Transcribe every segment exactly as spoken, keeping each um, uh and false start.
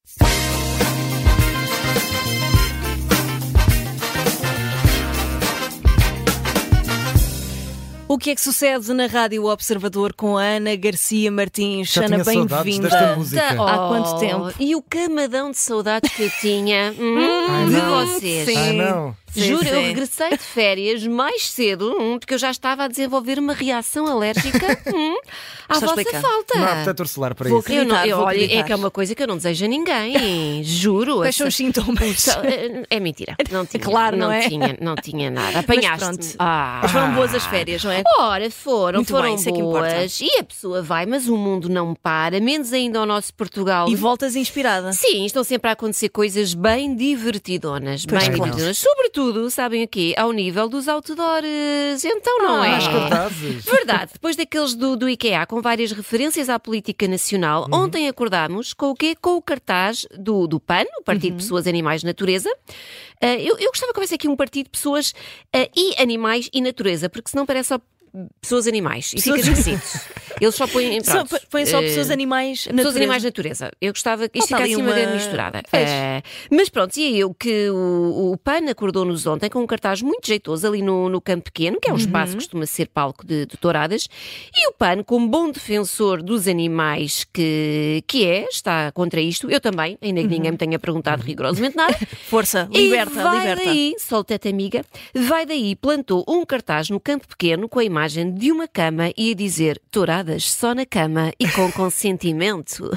O que é que sucede na Rádio Observador com a Ana Garcia Martins? Já Ana, tinha saudades bem-vinda. desta música. Oh, há quanto tempo? E o camadão de saudades que eu tinha hum, Ai, de não. vocês. Sim. Ah, não. Sim, Juro, sim. eu regressei de férias mais cedo, hum, porque eu já estava a desenvolver uma reação alérgica hum, à Está vossa explicado. falta. Não há protetor solar para Vou isso. Eu não, acreditar, eu, vou olha, é acreditar. que é uma coisa que eu não desejo a ninguém. Juro. Quais são os essa- sintomas? Só- é- É mentira. Não tinha, Claro, não é? Tinha, não tinha nada. Mas Apanhaste-me. pronto. Ah. Mas foram boas as férias, não é? Ora, foram, Muito foram bem, isso é que importa. boas. E a pessoa vai, mas o mundo não para, menos ainda ao nosso Portugal. E voltas inspirada. Sim, estão sempre a acontecer coisas bem divertidonas, Pois bem claro. divertidonas. Sobretudo, sabem o quê? Ao nível dos outdoors. Então não Ah, é? As cartazes. Verdade, depois daqueles do, do IKEA com várias referências à política nacional, Uhum. ontem acordámos com o quê? Com o cartaz do, do PAN, o Partido Uhum. de Pessoas, Animais, Natureza. Ah, eu, eu gostava que houvesse aqui um partido de pessoas ah, e animais e natureza, porque senão parece só pessoas animais e Pessoas- fica esquisito. Eles só põem, Só, pronto, põem só eh, pessoas, animais, Pessoas, natureza. animais, natureza. Eu gostava que isto Falta ficasse ali uma uma- grande misturada. Pois. Eh, mas pronto, e é eu que o, o PAN acordou-nos ontem com um cartaz muito jeitoso ali no, no Campo Pequeno, que é um espaço que costuma ser palco de, de touradas, e o PAN, como bom defensor dos animais que, que é, está contra isto. Eu também, ainda que ninguém me tenha perguntado rigorosamente nada. Força, E liberta, vai liberta. daí, solta-te amiga, vai daí, plantou um cartaz no Campo Pequeno com a imagem de uma cama e a dizer touradas só na cama e com consentimento.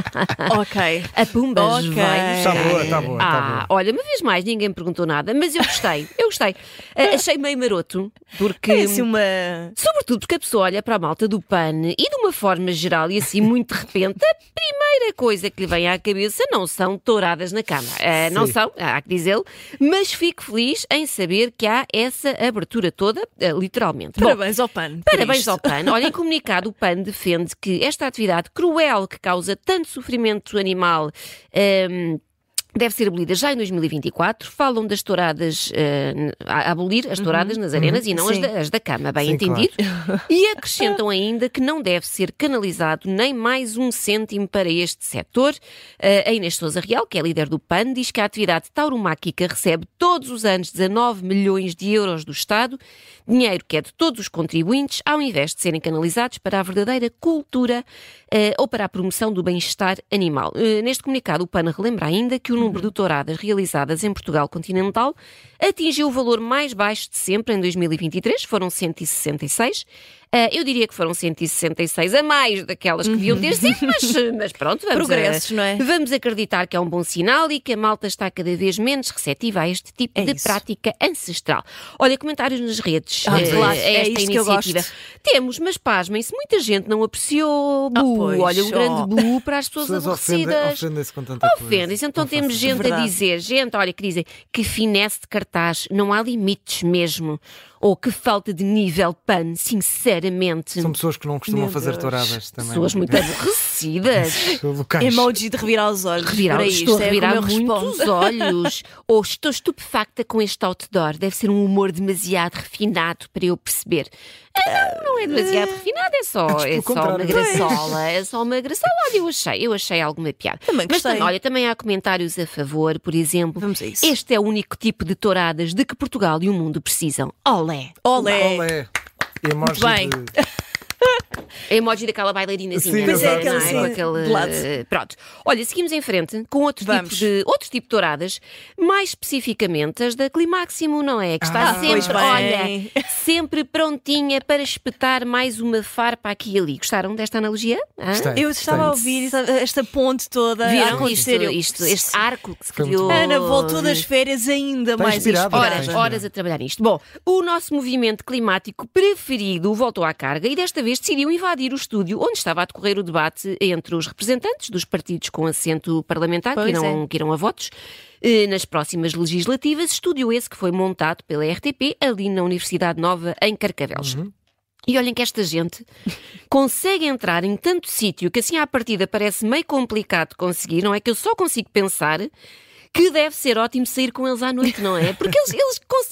Ok. A Pumbas Ok. vai. Está boa, está boa, está Ah, boa. olha, uma vez mais, ninguém me perguntou nada, mas eu gostei, eu gostei. Ah, achei meio maroto, porque. É assim uma... Sobretudo porque a pessoa olha para a malta do PAN e de uma forma geral e assim muito de repente, a primeira coisa que lhe vem à cabeça não são touradas na cama. Ah, não Sim. são, há que dizê-lo, mas fico feliz em saber que há essa abertura toda, ah, literalmente. Bom, Parabéns ao PAN. por Parabéns isto. ao PAN. Olha, em comunicado, o PAN defende que esta atividade cruel que causa tanto sofrimento animal hum, deve ser abolida já em dois mil e vinte e quatro. Falam das touradas, eh, a abolir as touradas nas arenas e não as Sim. da, as da cama, bem Sim, entendido. E acrescentam ainda que não deve ser canalizado nem mais um cêntimo para este setor. Eh, a Inês Sousa Real, que é líder do PAN, diz que a atividade tauromáquica recebe todos os anos dezanove milhões de euros do Estado, dinheiro que é de todos os contribuintes, ao invés de serem canalizados para a verdadeira cultura eh, ou para a promoção do bem-estar animal. Eh, neste comunicado, o PAN relembra ainda que o número de touradas realizadas em Portugal continental atingiu o valor mais baixo de sempre em dois mil e vinte e três, foram cento e sessenta e seis. Uh, eu diria que foram cento e sessenta e seis a mais daquelas que deviam ter sido, mas, mas pronto, vamos, Progressos, a, não é? vamos acreditar que é um bom sinal e que a malta está cada vez menos receptiva a este tipo É de isso. prática ancestral. Olha, comentários nas redes Ah, uh, claro, a é esta isto que eu iniciativa. gosto. Temos, mas pasmem-se, muita gente não apreciou. Ah, Bu, pois, olha, um grande oh. bu para as pessoas, As pessoas ofendem- aborrecidas. ofendem-se com tanta coisa. Ofendem-se. Então Não temos façam gente a Verdade. dizer, gente, olha, que dizem que finesse de cartaz, não há limites mesmo. Ou que falta de nível PAN, sinceramente. São pessoas que não costumam Meu fazer Deus. touradas também. Pessoas muito aborrecidas. locais. Emoji de revirar os olhos. Revirar, Para estou isto, a é revirar como eu muito respondo. os olhos. Ou estou estupefacta com este outdoor. Deve ser um humor demasiado refinado para eu perceber. Ah, não, não é demasiado refinado, é só, Antes, é pelo só uma contrário. graçola. É só uma graçola. Olha, eu achei, eu achei alguma piada. Também Mas gostei. também, olha, também há comentários a favor, por exemplo. Vamos a isso. Este é o único tipo de touradas de que Portugal e o mundo precisam. Olé! Olé. Olé. Emoji Muito bem. de... A emoji daquela bailarinazinha. Sim, não Pois é, Não aquele Com sim, aquele, de lado. Pronto. Olha, seguimos em frente com outro tipo, Vamos. de, outro tipo de touradas, mais especificamente as da Climáximo, não é? Que está Ah, pois sempre, bem. olha, sempre prontinha para espetar mais uma farpa aqui e ali. Gostaram desta analogia? Hã? Gostei. Eu estava a Gostei. ouvir esta ponte toda a Viram isto, acontecer. Eu- isto, este arco que se Foi muito criou? bom. Ana voltou das férias ainda Está mais inspirada. inspirada. Horas, Sim. horas a trabalhar nisto. Bom, o nosso movimento climático preferido voltou à carga e desta vez decidiu invadir o estúdio onde estava a decorrer o debate entre os representantes dos partidos com assento parlamentar, que Pois irão, é. que irão a votos, eh, nas próximas legislativas. Estúdio esse que foi montado pela R T P ali na Universidade Nova, em Carcavelos. E olhem que esta gente consegue entrar em tanto sítio que assim à partida parece meio complicado de conseguir, não é? Que eu só consigo pensar que deve ser ótimo sair com eles à noite, não é? Porque eles, eles cons-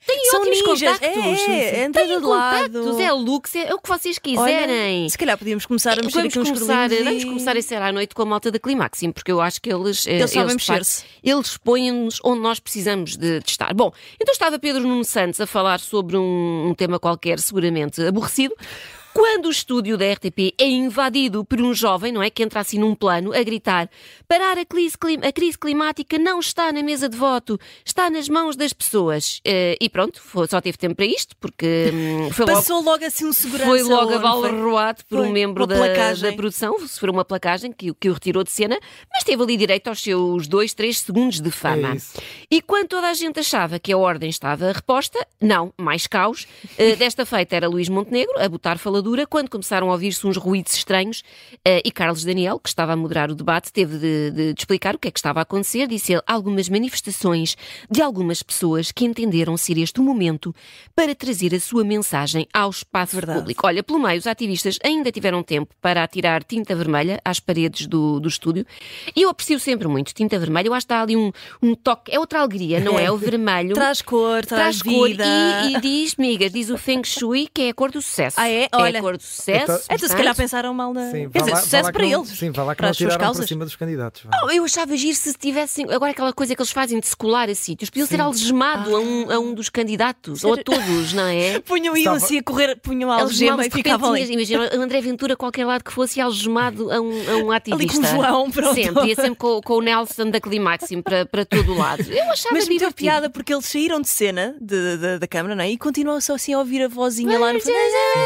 Tem São ótimos ninjas. contactos. É, é, entrada Tem de lado. contactos, é looks, é o que vocês Olha, quiserem. se calhar podíamos começar a mexer Vamos aqui uns começar, cordelinhos vamos e- começar a ser à noite com a malta da Climaxim, porque eu acho que eles, eh, Eles sabem de facto, mexer-se. eles põem-nos onde nós precisamos de, de estar. Bom, então estava Pedro Nuno Santos a falar sobre um, um tema qualquer, seguramente aborrecido, quando o estúdio da R T P é invadido por um jovem, não é, que entra assim num plano a gritar: parar a crise, clim- a crise climática não está na mesa de voto, está nas mãos das pessoas. Eh, e pronto, foi- só teve tempo para isto, porque hum, foi logo... Passou logo assim um segurança. Foi logo ou não foi? abalroado por Foi um membro uma da, placagem. da produção, sofreu uma placagem que, o- que o retirou de cena, mas teve ali direito aos seus dois, três segundos de fama. É isso. E quando toda a gente achava que a ordem estava reposta, não, mais caos. Eh, desta feita era Luís Montenegro a botar faladura, quando começaram a ouvir-se uns ruídos estranhos, eh, e Carlos Daniel, que estava a moderar o debate, teve de, de- de explicar o que é que estava a acontecer. Disse ele: algumas manifestações de algumas pessoas que entenderam ser este o momento para trazer a sua mensagem ao espaço Verdade. público. Olha, pelo meio, os ativistas ainda tiveram tempo para atirar tinta vermelha às paredes do, do estúdio. E eu aprecio sempre muito tinta vermelha. Eu acho que dá ali um, um toque. É outra alegria, não é? O vermelho. Traz cor, traz, Traz cor vida. e, e diz, migas, diz o Feng Shui que é a cor do sucesso. Ah, é? É Olha. a cor do sucesso. Então- Então, se calhar pensaram mal na. Sim, Quer vá dizer, lá- vá sucesso lá que para não- eles. Sim, vá lá que para não as suas tiraram por causas. cima dos candidatos. vá. Oh, eu achava giro se tivessem. Agora aquela coisa que eles fazem de se colar a sítios. Podiam ser algemado a, um, a um dos candidatos. Ou a todos, não é? Punham iam Estava- assim a correr, punham a algema Algemavam-se, e de repente, ficavam ali. Imagina o André Ventura, qualquer lado que fosse, algemado a um, a um ativista. com o João, pronto. Sempre, ia sempre com, com o Nelson da Climaxim para, para todo o lado. Eu achava Mas me deu divertido. piada porque eles saíram de cena de- de- da câmara, não é? E continuam só assim a ouvir a vozinha lá no fundo.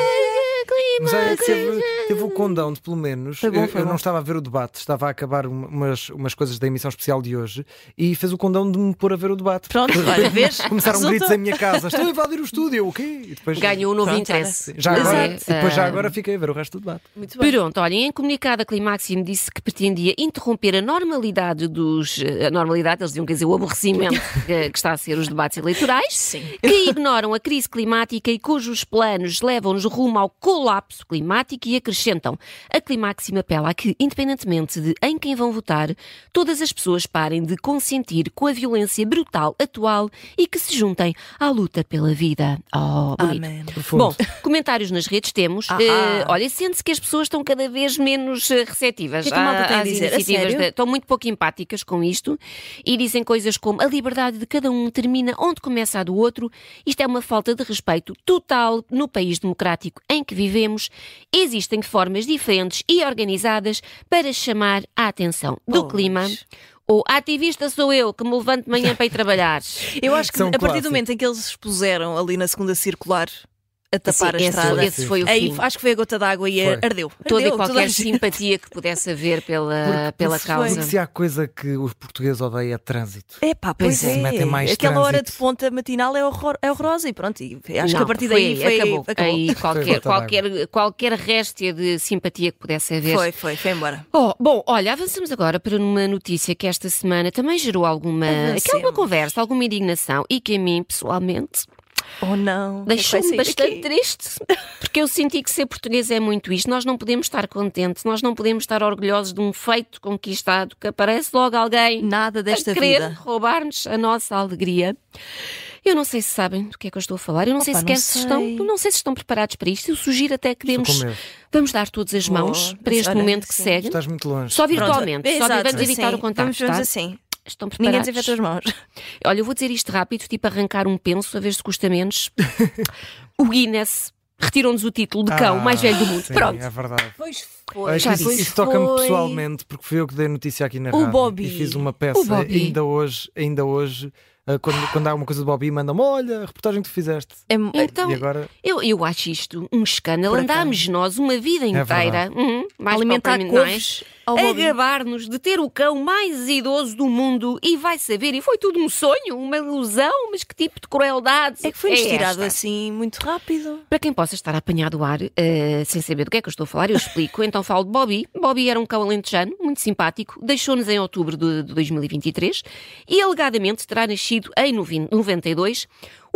Mas é, teve, teve o condão de, pelo menos. Foi bom, eu foi eu não bom. estava a ver o debate, estava a acabar um- umas, umas coisas da emissão especial de hoje e fez o condão de me pôr a ver o debate. Pronto, olha, vês? Começaram Resulta. gritos em minha casa: estou a invadir o estúdio, o quê? E depois, Ganhou um novo Pronto, interesse. já agora, É, e depois já ah, agora fiquei a ver o resto do debate. Muito bem. Pronto, olhem, em comunicado a Climaxim disse que pretendia interromper a normalidade dos... A normalidade, eles diziam, quer dizer, o aborrecimento que, que está a ser os debates eleitorais, Sim. que ignoram a crise climática e cujos planos levam-nos rumo ao colapso climático, e acrescentam: a Climaxim apela a que, independentemente de em quem vão votar, todas as pessoas parem de consentir com a violência brutal atual e que se juntem à luta pela vida. Oh, bonito. Amém. Profundo. Bom, comentários nas redes temos. Ah, Eh, ah. olha, sente-se que as pessoas estão cada vez menos eh, receptivas O que é que a malta à- tem a às dizer? A iniciativas. sério? da- Estão muito pouco empáticas com isto e dizem coisas como: a liberdade de cada um termina onde começa a do outro. Isto é uma falta de respeito total no país democrático em que vivemos. Existem formas diferentes e organizadas para chamar a atenção do Pois. clima. Ou ativista sou eu que me levanto de manhã para ir trabalhar. Eu acho que São a partir clássicos. do momento em que eles se expuseram ali na segunda circular a tapar a Sim, estrada, esse, esse foi o aí fim. acho que foi a gota d'água e Foi. ardeu. Toda Ardeu, e qualquer a gente- simpatia que pudesse haver pela, Porque- pela porque- causa. Porque se há coisa que os portugueses odeiam é trânsito. É pá, pois Pois é. é. Se metem mais Aquela hora de trânsito. ponta matinal é, horror, é horrorosa e pronto. E acho Não, que a partir foi daí aí, foi, acabou. acabou. Aí qualquer, gota qualquer, qualquer réstia de simpatia que pudesse haver. Foi, foi, foi embora. Oh, bom, olha, avançamos agora para uma notícia que esta semana também gerou alguma, Avancemos. aqui alguma conversa, alguma indignação e que a mim, pessoalmente, Ou não. o que é que vai deixou-me sair bastante daqui? triste, porque eu senti que ser português é muito isto. Nós não podemos estar contentes, nós não podemos estar orgulhosos de um feito conquistado, que aparece logo alguém Nada desta a querer vida. roubar-nos a nossa alegria. Eu não sei se sabem do que é que eu estou a falar, eu não sei Opa, sequer não se sei. estão, não sei se estão preparados para isto. Eu sugiro até que Estou demos, com medo. vamos dar todas as mãos Oh, para este olha, momento que sim. segue. Estás muito longe. Só Pronto, virtualmente, só exato, vamos evitar assim, o contacto, Vamos, vamos tá? assim. Estão Ninguém preparados? desinfeta as mãos. Olha, eu vou dizer isto rápido, tipo arrancar um penso, a ver se custa menos. O Guinness retirou-nos o título de cão Ah, mais velho do mundo. sim, Pronto. É verdade. Pois Olha, já isso disse. isso toca-me Foi. pessoalmente, porque fui eu que dei a notícia aqui na O rádio. Bobby. E fiz uma O peça Bobby. ainda hoje, ainda hoje ah, quando, quando há alguma coisa do Bobby, mandam-me: olha, a reportagem que tu fizeste. É, Então, E agora, eu, eu acho isto um escândalo. Por acaso. Andámos nós uma vida inteira, verdade. uhum, mais alimentar propriamente, não é? couves ao a Bobby. gabar-nos de ter o cão mais idoso do mundo e vai saber, e foi tudo um sonho, uma ilusão, mas que tipo de crueldade É que foi-nos é tirado esta? assim muito rápido. Para quem possa estar a apanhar do ar, eh, sem saber do que é que eu estou a falar, eu explico. Então falo de Bobby. Bobby era um cão alentejano, muito simpático, deixou-nos em outubro de, de dois mil e vinte e três e alegadamente terá nascido em noventa e dois.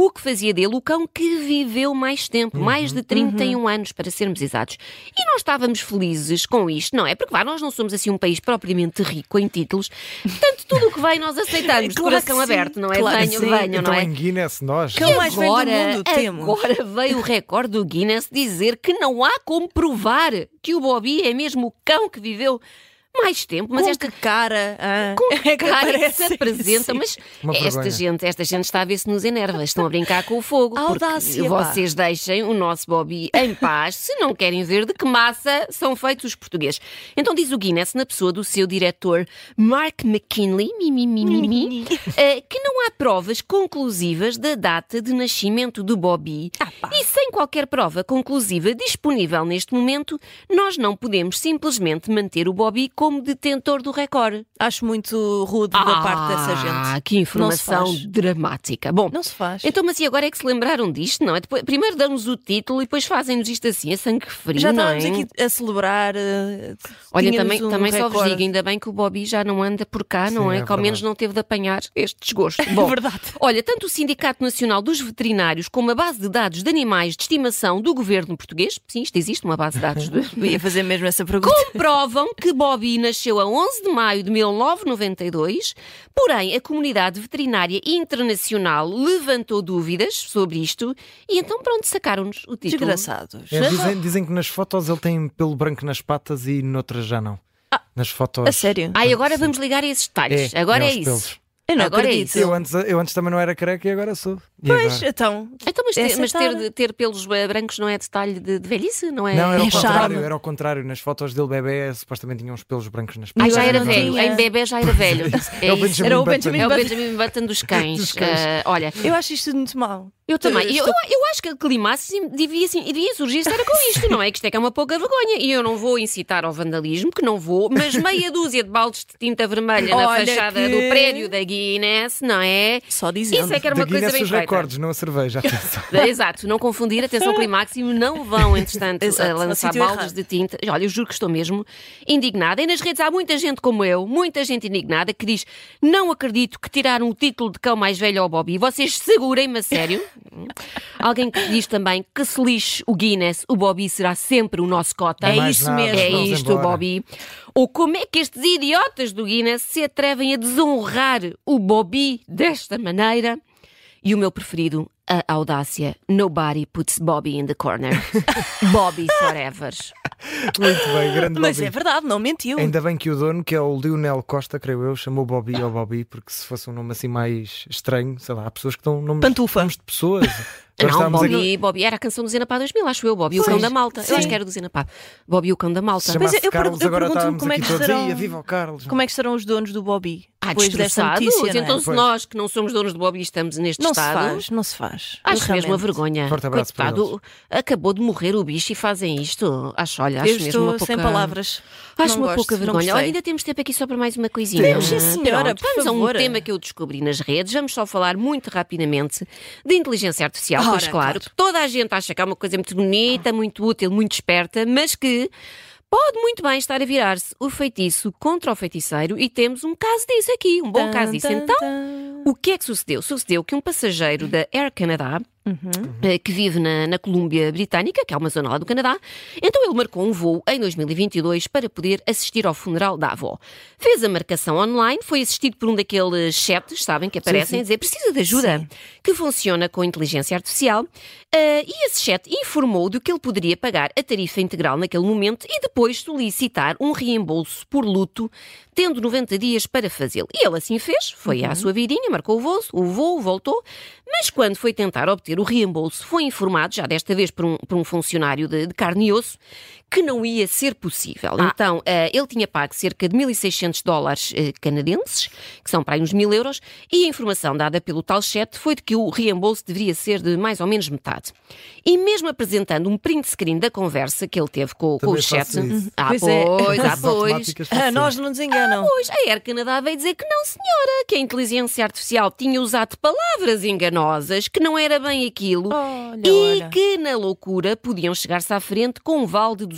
o que fazia dele o cão que viveu mais tempo, Uhum. mais de trinta e um anos, para sermos exatos. E nós estávamos felizes com isto, não é? Porque vá, nós não somos assim um país propriamente rico em títulos, portanto tudo o que vem nós aceitamos de Claro coração que sim, aberto, não é? claro que venham, sim. venham, Então não é? em Guinness, nós. Cão mais velho do Agora, mundo, temos. agora veio o recorde do Guinness dizer que não há como provar que o Bobby é mesmo o cão que viveu mais tempo, mas com esta que cara ah, com é que que cara é que aparece se apresenta, assim? mas Uma esta vergonha. gente, esta gente está a ver se nos enerva, estão a brincar com o fogo. porque Audácia, pá. vocês deixem o nosso Bobby em paz se não querem ver de que massa são feitos os portugueses. Então diz o Guinness, na pessoa do seu diretor Mark McKinley, mi, mi, mi, mi, mi, eh, que não há provas conclusivas da data de nascimento do Bobby. E sem qualquer prova conclusiva disponível neste momento, nós não podemos simplesmente manter o Bobby como detentor do recorde. Acho muito rude da parte dessa gente. Ah, que informação Não se faz. dramática. Bom, Não se faz. então, mas e agora é que se lembraram disto, não é? Depois, primeiro damos o título e depois fazem-nos isto assim, a sangue frio, Já não estávamos é? aqui a celebrar. eh, Olha, tínhamos também, um também só vos recorde. digo, ainda bem que o Bobby já não anda por cá, não Sim, é? é que ao menos verdade. não teve de apanhar este desgosto. Bom, verdade. olha, tanto o Sindicato Nacional dos Veterinários como a base de dados de animais de estimação do governo português, sim, isto existe, uma base de dados de... Ia fazer mesmo essa pergunta. comprovam que Bobby nasceu a onze de maio de mil novecentos e noventa e dois, porém a comunidade veterinária internacional levantou dúvidas sobre isto e então pronto, sacaram-nos o título. Desgraçados. É, dizem, dizem que nas fotos ele tem pelo branco nas patas e noutras já não. Nas fotos. A sério? Ai, agora vamos ligar a esses detalhes. agora é aos isso. pelos. Eu não agora é acredito. isso. Eu antes, eu antes também não era careca e agora sou. E Pois, agora? então. Então, mas, É ter, mas ter, aceitar. de- ter pelos eh, brancos não é detalhe de, de velhice? Não é? Não, era É ao charme. contrário, era ao contrário. Nas fotos dele bebê supostamente tinham uns pelos brancos nas Ai, patas. já era não velho. tinha. Em bebê já era velho. É, É o isso. Benjamin Era o Button. Benjamin É o Button. Benjamin Button dos cães. Dos cães. Ah, olha, Eu acho isto muito mal. eu também. Eu, Estou- eu acho que a climasse devia, assim, devia surgir se era com isto, não é? Que isto é que é uma pouca vergonha. E eu não vou incitar ao vandalismo, que não vou, mas meia dúzia de baldes de tinta vermelha na Olha fachada que- do prédio da Guinness, não é? Só dizendo. Isso é que era uma Da coisa Guinness bem os feita. recordes, não a cerveja. Atenção. Exato, não confundir, atenção climáximo, não vão, entretanto, Exato, a ao lançar sítio baldes errado. de tinta. Olha, eu juro que estou mesmo indignada. E nas redes há muita gente como eu, muita gente indignada, que diz: não acredito que tiraram o título de cão mais velho ao Bobby. Vocês segurem-me a sério. Alguém que diz também que se lixe o Guinness, o Bobby será sempre o nosso cota. É Mais isso nada, mesmo. É vamos isto, embora. Bobby. Ou como é que estes idiotas do Guinness se atrevem a desonrar o Bobby desta maneira? E o meu preferido, a audácia. Nobody puts Bobby in the corner. Bobby forever. Muito bem, grande Mas Bobby. é verdade, não mentiu. Ainda bem que o dono, que é o Lionel Costa, creio eu, chamou Bobby ao Bobby, porque se fosse um nome assim mais estranho, sei lá, há pessoas que dão nomes, Pantufa. nomes de pessoas. Nós Não, estávamos Bobby, aqui- Bobby era a canção do Zenapá dois mil, acho eu, Bobby, o Pois, cão da malta. sim. Eu acho que era do Zenapá. Bobby, o cão da malta. Se chamasse Pois é, eu Carlos, pergunto- eu agora pergunto-me estávamos como é aqui que todos. serão- "Ia, viva o Carlos." Como é que serão os donos do Bobby? Ah, depois desta destroçados. notícia, não é? Então, se Pois. nós que não somos donos de Bobby estamos neste Não se estado. faz, não se faz. Acho mesmo uma Realmente. vergonha. Forte abraço para Coitado, acabou de morrer o bicho e fazem isto. Acho, olha, Eu acho mesmo estou uma pouca... sem palavras. Acho Não uma gosto, pouca não vergonha. gostei. Olha, ainda temos tempo aqui só para mais uma coisinha. Temos, sim, senhora, Pronto, por vamos a um favor. tema que eu descobri nas redes. Vamos só falar muito rapidamente de inteligência artificial. Ora, Pois claro, claro. toda a gente acha que é uma coisa muito bonita, muito útil, muito esperta, mas que pode muito bem estar a virar-se o feitiço contra o feiticeiro e temos um caso disso aqui, um bom Tan, caso disso. tan, Então, tan. o que é que sucedeu? Sucedeu que um passageiro da Air Canada, eh, que vive na, na Colômbia Britânica, que é uma zona lá do Canadá, então ele marcou um voo em dois mil e vinte e dois para poder assistir ao funeral da avó. Fez a marcação online, foi assistido por um daqueles chats, sabem, que aparecem a dizer precisa de ajuda, que funciona com inteligência artificial, eh, e esse chat informou de que ele poderia pagar a tarifa integral naquele momento e depois solicitar um reembolso por luto, tendo noventa dias para fazê-lo. E ele assim fez, foi à sua vidinha, marcou o voo, o voo, voltou, mas quando foi tentar obter o reembolso, foi informado, já desta vez por um, por um funcionário de, de carne e osso, que não ia ser possível. Então, eh, ele tinha pago cerca de mil e seiscentos dólares eh, canadenses, que são para aí uns mil euros, e a informação dada pelo tal chat foi de que o reembolso deveria ser de mais ou menos metade. E mesmo apresentando um print screen da conversa que ele teve com, com Também o chat... faço isso. Ah, Pois pois, é. ah, Coisas pois... automáticas Ah, faço nós sempre. não nos enganam. Pois, a Air Canadá veio dizer que não, senhora, que a inteligência artificial tinha usado palavras enganosas, que não era bem aquilo Olha, e olha. que, na loucura, podiam chegar-se à frente com um vale de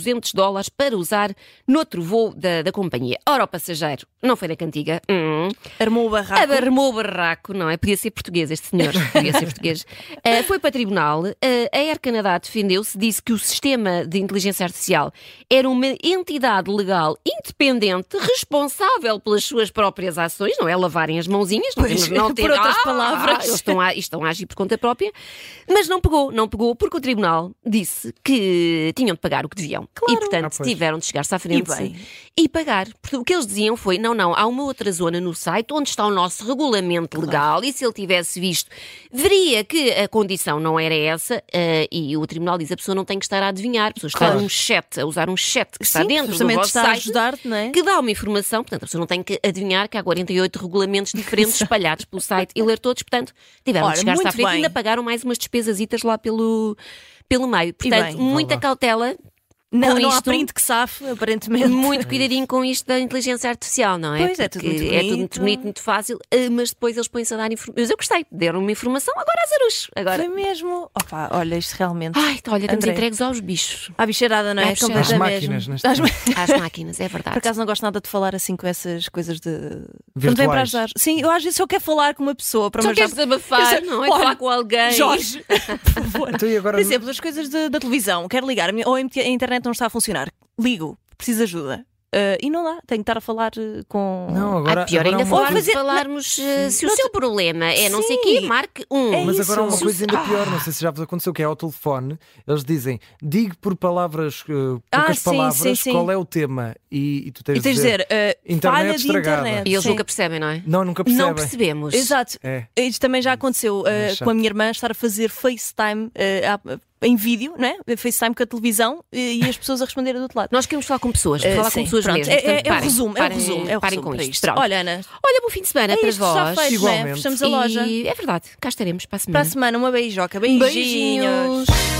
duzentos dólares para usar noutro voo da, da companhia. Ora, o passageiro não foi da cantiga. Hum. Armou o barraco. Armou o barraco, não é? Podia ser português este senhor. Podia ser português. Uh, foi para tribunal. Uh, a Air Canada defendeu-se, disse que o sistema de inteligência artificial era uma entidade legal independente, responsável pelas suas próprias ações, não é lavarem as mãozinhas, não, Pois, não ter... por outras ah, palavras. Eles estão, a, estão a agir por conta própria, mas não pegou, não pegou, porque o tribunal disse que tinham de pagar o que deviam. Claro. E, portanto, Ah, pois. tiveram de chegar-se à frente E bem. e pagar. Porque o que eles diziam foi, não, não, há uma outra zona no site onde está o nosso regulamento legal e se ele tivesse visto, veria que a condição não era essa uh, e o tribunal diz a pessoa não tem que estar a adivinhar, a pessoa está Claro. num chat, a usar um chat que está Sim, dentro do justamente vosso está a site, ajudar-te, não é? que dá uma informação, portanto a pessoa não tem que adivinhar que há quarenta e oito regulamentos diferentes espalhados pelo site e ler todos, portanto tiveram Ora, de chegar-se à muito frente e bem. ainda pagaram mais umas despesasitas lá pelo, pelo meio. Portanto, bem. muita Vá lá. cautela. Não, Com não há isto- print que safe, aparentemente. Muito cuidadinho com isto da inteligência artificial, não é? Pois, é tudo Porque muito é tudo bonito. muito bonito, muito fácil, eh, mas depois eles põem-se a dar informação. Mas eu gostei, deram-me informação, agora a Zarucho. Agora. Foi mesmo. Opa, olha, isto realmente. Ai, então, olha, estamos André. entregues aos bichos, À bicheirada, não é? É, bicheirada. Completa Às máquinas, mesmo. neste Às caso. ma- às máquinas, é verdade. Por acaso não gosto nada de falar assim com essas coisas de. Quando Virtuais. vem para ajudar. Sim, eu às vezes só quero falar com uma pessoa para Só me queres ajudar. desabafar, Eu- não é? Olha, Falar com alguém. Jorge, por favor. Então, e agora Por exemplo, as coisas de- da televisão, quero ligar, a minha- ou a internet não está a funcionar, ligo, preciso de ajuda. Uh, e não dá, tenho que estar a falar uh, com. Não, agora, Ah, pior agora há ainda uma falarmos, coisa- fazer- falarmos eh, se o Não- seu problema é não sei o Sim. quê, marque um. É Mas agora há uma isso. coisa ainda pior, não sei se já vos aconteceu, que é ao telefone, eles dizem, diga por palavras, uh, Ah, poucas sim, palavras, sim, sim. qual é o tema. E, e tu tens E tens de dizer, uh, internet falha de estragada. internet. E eles Sim. nunca percebem, não é? Não, nunca percebem. Não percebemos. Exato. É. Isto também já aconteceu uh, É chato. com a minha irmã estar a fazer FaceTime uh, à- em vídeo, não é? FaceTime com a televisão e, e as pessoas a responderem do outro lado. Nós queremos falar com pessoas, Uh, falar sim, com pessoas pronto. mesmo. É, é, Portanto, é o parem, resumo, é o parem, resumo. É o parem resumo com para isto. isto. Pronto. Olha, Ana, Olha, bom fim de semana é para isto já vós. feito, não é? Igualmente. Fechamos a loja. E é verdade, cá estaremos para a Para semana. a semana, uma beijoca. Beijinhos. Beijinhos.